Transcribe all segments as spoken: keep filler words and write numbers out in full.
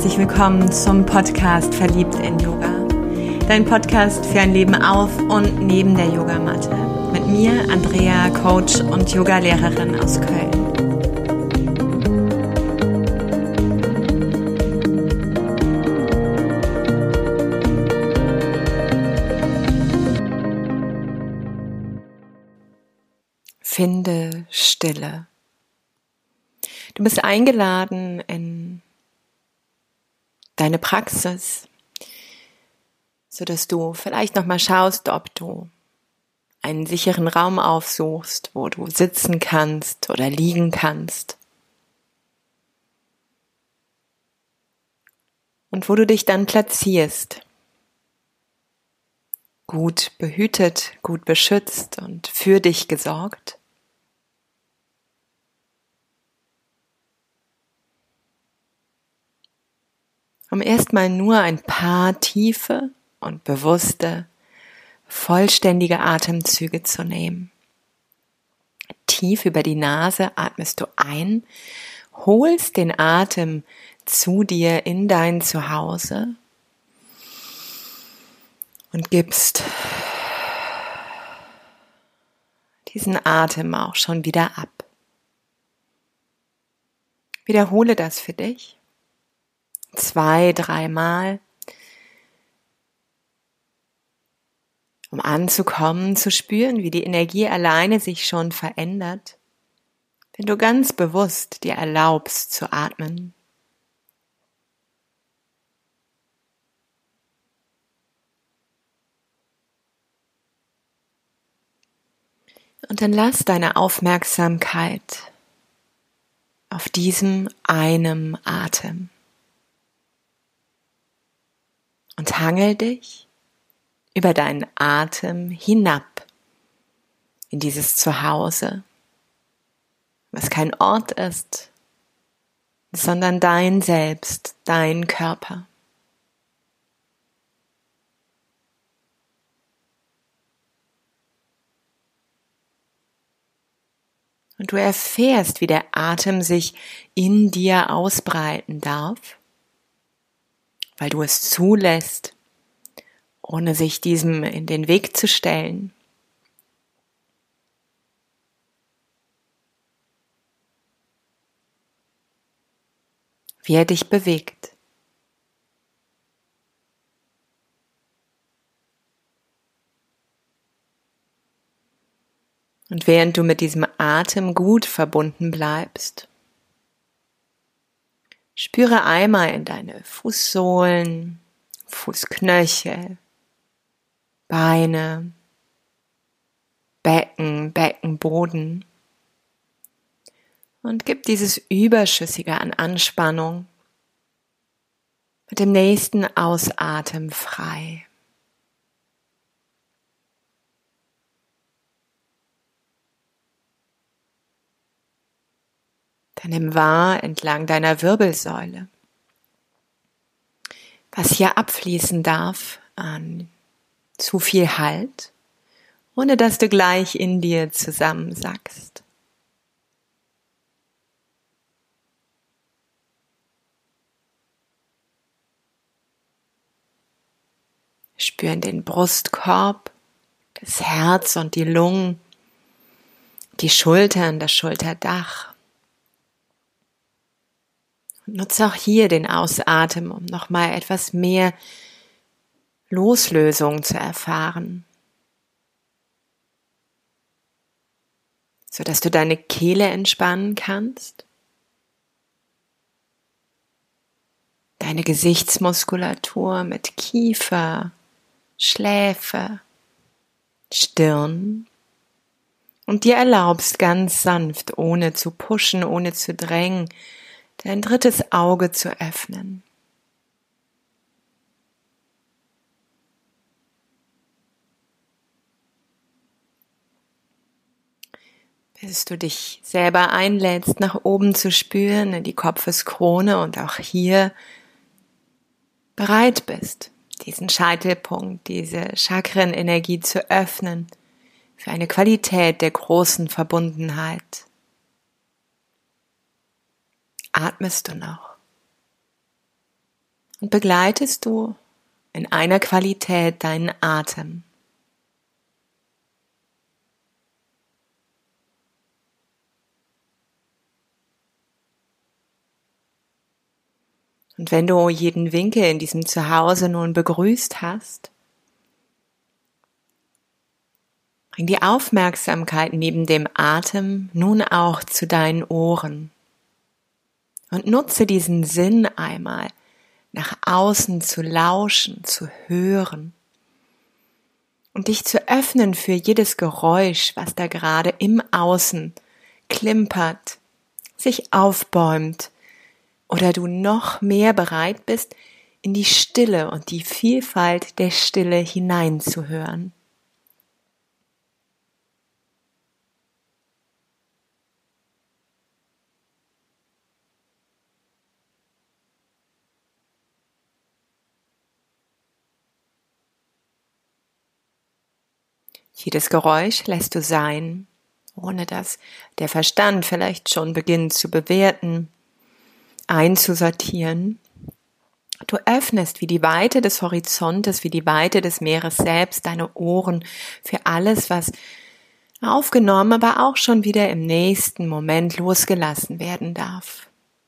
herzlich willkommen zum Podcast Verliebt in Yoga. Dein Podcast für ein Leben auf und neben der Yogamatte. Mit mir, Andrea, Coach und Yogalehrerin aus Köln. Finde Stille. Du bist eingeladen in deine Praxis, sodass du vielleicht nochmal schaust, ob du einen sicheren Raum aufsuchst, wo du sitzen kannst oder liegen kannst. Und wo du dich dann platzierst. Gut behütet, gut beschützt und für dich gesorgt. Um erstmal nur ein paar tiefe und bewusste, vollständige Atemzüge zu nehmen. Tief über die Nase atmest du ein, holst den Atem zu dir in dein Zuhause und gibst diesen Atem auch schon wieder ab. Wiederhole das für dich. Zwei, dreimal, um anzukommen, zu spüren, wie die Energie alleine sich schon verändert, wenn du ganz bewusst dir erlaubst zu atmen. Und dann lass deine Aufmerksamkeit auf diesem einem Atem. Und hangel dich über deinen Atem hinab in dieses Zuhause, was kein Ort ist, sondern dein Selbst, dein Körper. Und du erfährst, wie der Atem sich in dir ausbreiten darf, weil du es zulässt, ohne sich diesem in den Weg zu stellen. Wie er dich bewegt. Und während du mit diesem Atem gut verbunden bleibst, spüre einmal in deine Fußsohlen, Fußknöchel, Beine, Becken, Beckenboden und gib dieses Überschüssige an Anspannung mit dem nächsten Ausatmen frei. Dann nimm wahr entlang deiner Wirbelsäule, was hier abfließen darf an zu viel Halt, ohne dass du gleich in dir zusammensackst. Spüren den Brustkorb, das Herz und die Lungen, die Schultern, das Schulterdach. Und nutze auch hier den Ausatmen, um nochmal etwas mehr Loslösung zu erfahren, sodass du deine Kehle entspannen kannst, deine Gesichtsmuskulatur mit Kiefer, Schläfe, Stirn und dir erlaubst ganz sanft, ohne zu pushen, ohne zu drängen, dein drittes Auge zu öffnen. Bis du dich selber einlädst, nach oben zu spüren, in die Kopfeskrone und auch hier bereit bist, diesen Scheitelpunkt, diese Chakrenenergie zu öffnen für eine Qualität der großen Verbundenheit. Atmest du noch? und begleitest du in einer Qualität deinen Atem. Und wenn du jeden Winkel in diesem Zuhause nun begrüßt hast, bring die Aufmerksamkeit neben dem Atem nun auch zu deinen Ohren und nutze diesen Sinn einmal, nach außen zu lauschen, zu hören und dich zu öffnen für jedes Geräusch, was da gerade im Außen klimpert, sich aufbäumt, oder du noch mehr bereit bist, in die Stille und die Vielfalt der Stille hineinzuhören. Jedes Geräusch lässt du sein, ohne dass der Verstand vielleicht schon beginnt zu bewerten, einzusortieren. Du öffnest wie die Weite des Horizontes, wie die Weite des Meeres selbst deine Ohren für alles, was aufgenommen, aber auch schon wieder im nächsten Moment losgelassen werden darf.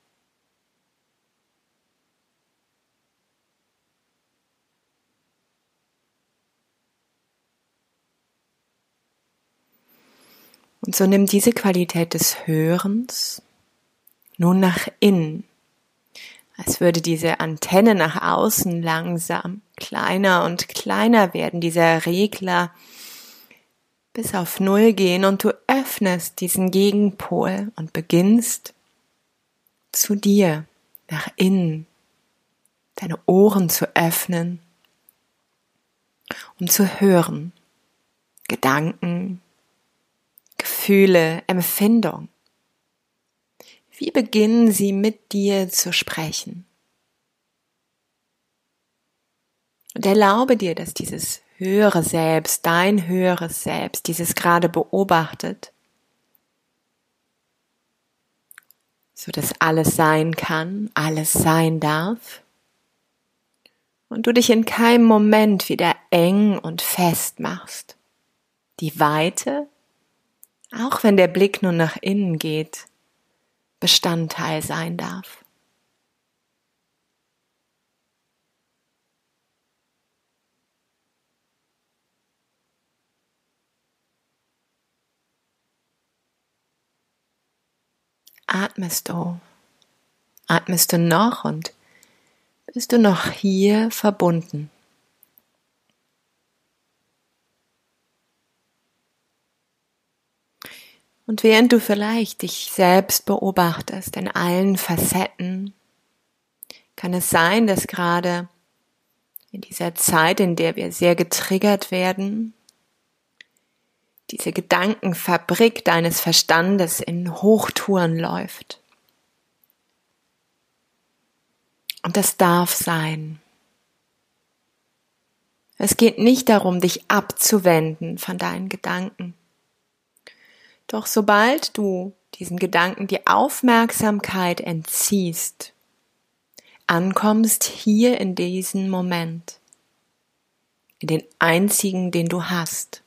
Und so nimm diese Qualität des Hörens nun nach innen, als würde diese Antenne nach außen langsam kleiner und kleiner werden, dieser Regler bis auf Null gehen und du öffnest diesen Gegenpol und beginnst zu dir nach innen, deine Ohren zu öffnen, um zu hören, Gedanken, Gefühle, Empfindung. Wie beginnen sie mit dir zu sprechen? Und erlaube dir, dass dieses höhere Selbst, dein höheres Selbst, dieses gerade beobachtet, so dass alles sein kann, alles sein darf und du dich in keinem Moment wieder eng und fest machst. Die Weite, auch wenn der Blick nur nach innen geht, Bestandteil sein darf. Atmest du, atmest du noch und bist du noch hier verbunden? Und während du vielleicht dich selbst beobachtest in allen Facetten, kann es sein, dass gerade in dieser Zeit, in der wir sehr getriggert werden, diese Gedankenfabrik deines Verstandes in Hochtouren läuft. Und das darf sein. Es geht nicht darum, dich abzuwenden von deinen Gedanken. Doch sobald du diesen Gedanken die Aufmerksamkeit entziehst, ankommst hier in diesen Moment, in den einzigen, den du hast,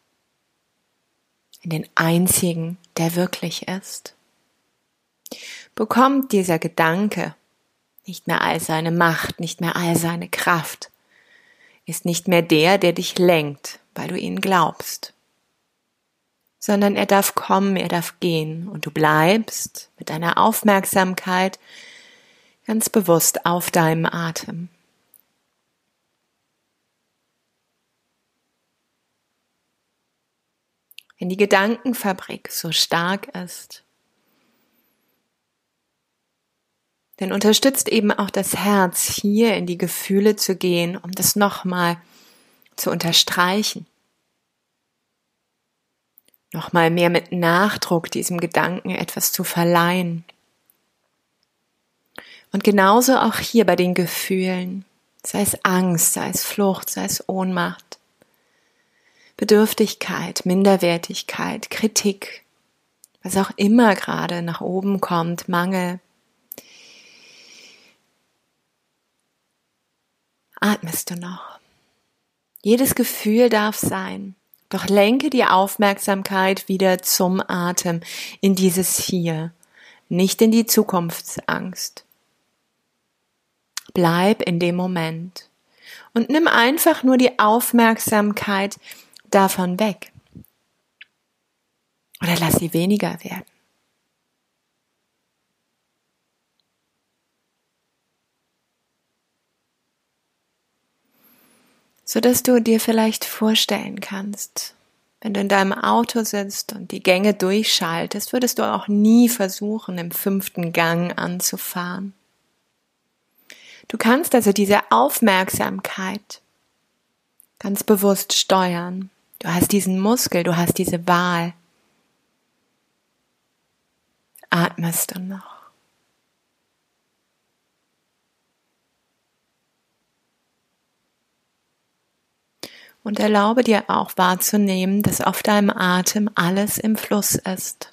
in den einzigen, der wirklich ist, bekommt dieser Gedanke nicht mehr all seine Macht, nicht mehr all seine Kraft, ist nicht mehr der, der dich lenkt, weil du ihn glaubst, sondern er darf kommen, er darf gehen und du bleibst mit deiner Aufmerksamkeit ganz bewusst auf deinem Atem. Wenn die Gedankenfabrik so stark ist, dann unterstützt eben auch das Herz, hier in die Gefühle zu gehen, um das nochmal zu unterstreichen. Nochmal mehr mit Nachdruck diesem Gedanken etwas zu verleihen. Und genauso auch hier bei den Gefühlen, sei es Angst, sei es Flucht, sei es Ohnmacht, Bedürftigkeit, Minderwertigkeit, Kritik, was auch immer gerade nach oben kommt, Mangel. atmest du noch. Jedes Gefühl darf sein, doch lenke die Aufmerksamkeit wieder zum Atem, in dieses Hier, nicht in die Zukunftsangst. Bleib in dem Moment und nimm einfach nur die Aufmerksamkeit davon weg. Oder lass sie weniger werden. Sodass du dir vielleicht vorstellen kannst, wenn du in deinem Auto sitzt und die Gänge durchschaltest, würdest du auch nie versuchen, im fünften Gang anzufahren. Du kannst also diese Aufmerksamkeit ganz bewusst steuern. Du hast diesen Muskel, du hast diese Wahl. Atmest du noch? Und erlaube dir auch wahrzunehmen, dass auf deinem Atem alles im Fluss ist.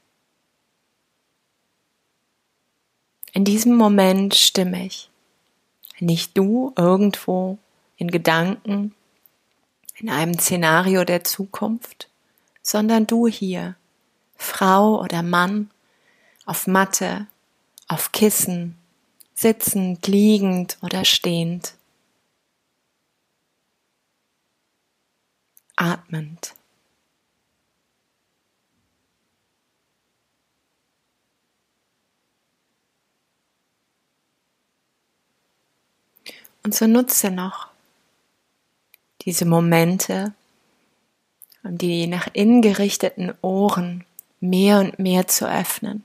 In diesem Moment stimmig. Nicht du irgendwo in Gedanken, in einem Szenario der Zukunft, sondern du hier, Frau oder Mann, auf Matte, auf Kissen, sitzend, liegend oder stehend. Atmend. Und so nutze noch diese Momente, um die nach innen gerichteten Ohren mehr und mehr zu öffnen.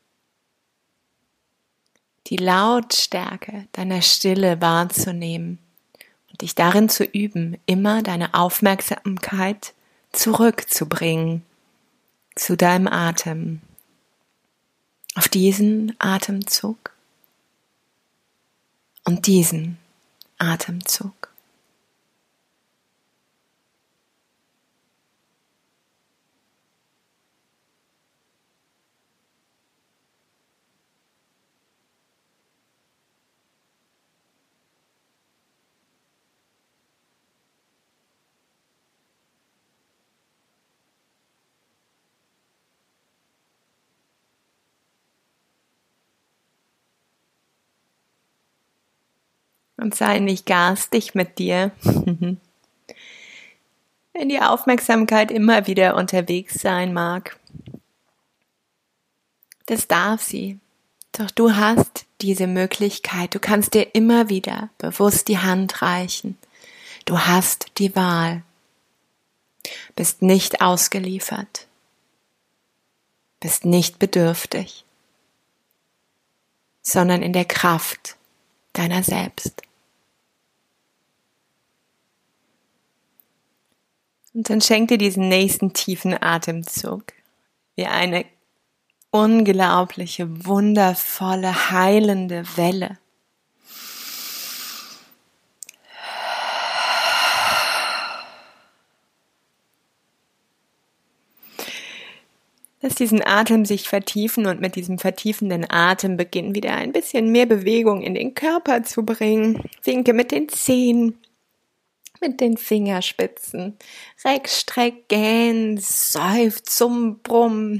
Die Lautstärke deiner Stille wahrzunehmen und dich darin zu üben, immer deine Aufmerksamkeit zurückzubringen zu deinem Atem. Auf diesen Atemzug und diesen Atemzug. Und sei nicht garstig mit dir, wenn die Aufmerksamkeit immer wieder unterwegs sein mag. Das darf sie. Doch du hast diese Möglichkeit. Du kannst dir immer wieder bewusst die Hand reichen. Du hast die Wahl. Bist nicht ausgeliefert. Bist nicht bedürftig, sondern in der Kraft deiner selbst. Und dann schenk dir diesen nächsten tiefen Atemzug wie eine unglaubliche, wundervolle, heilende Welle. Lass diesen Atem sich vertiefen und mit diesem vertiefenden Atem beginnen wieder ein bisschen mehr Bewegung in den Körper zu bringen. Winke mit den Zehen, mit den Fingerspitzen. Reck, streck, gähn, seufz, summ, brumm.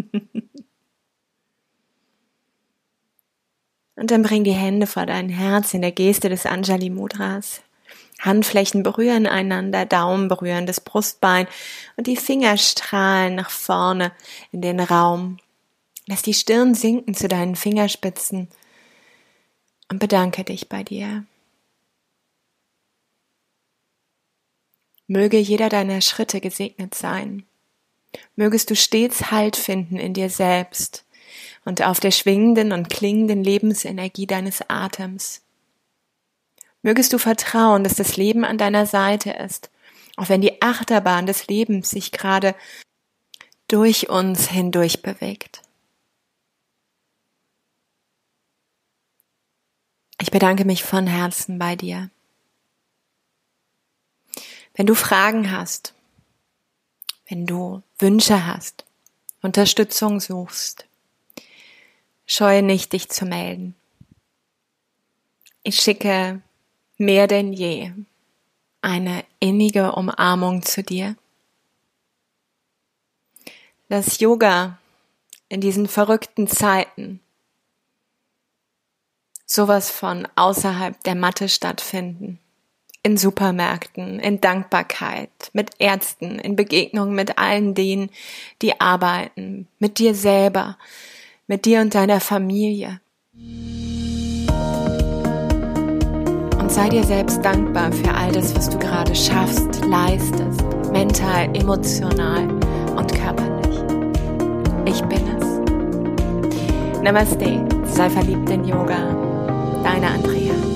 Und dann bring die Hände vor dein Herz in der Geste des Anjali Mudras. Handflächen berühren einander, Daumen berühren das Brustbein und die Finger strahlen nach vorne in den Raum. Lass die Stirn sinken zu deinen Fingerspitzen und bedanke dich bei dir. Möge jeder deiner Schritte gesegnet sein. Mögest du stets Halt finden in dir selbst und auf der schwingenden und klingenden Lebensenergie deines Atems. Mögest du vertrauen, dass das Leben an deiner Seite ist, auch wenn die Achterbahn des Lebens sich gerade durch uns hindurch bewegt. Ich bedanke mich von Herzen bei dir. Wenn du Fragen hast, wenn du Wünsche hast, Unterstützung suchst, scheue nicht, dich zu melden. Ich schicke mehr denn je eine innige Umarmung zu dir. Das Yoga in diesen verrückten Zeiten sowas von außerhalb der Matte stattfinden. In Supermärkten, in Dankbarkeit, mit Ärzten, in Begegnung mit allen denen, die arbeiten, mit dir selber, mit dir und deiner Familie. Und sei dir selbst dankbar für all das, was du gerade schaffst, leistest, mental, emotional und körperlich. Ich bin es. Namaste, sei verliebt in Yoga. Deine Andrea.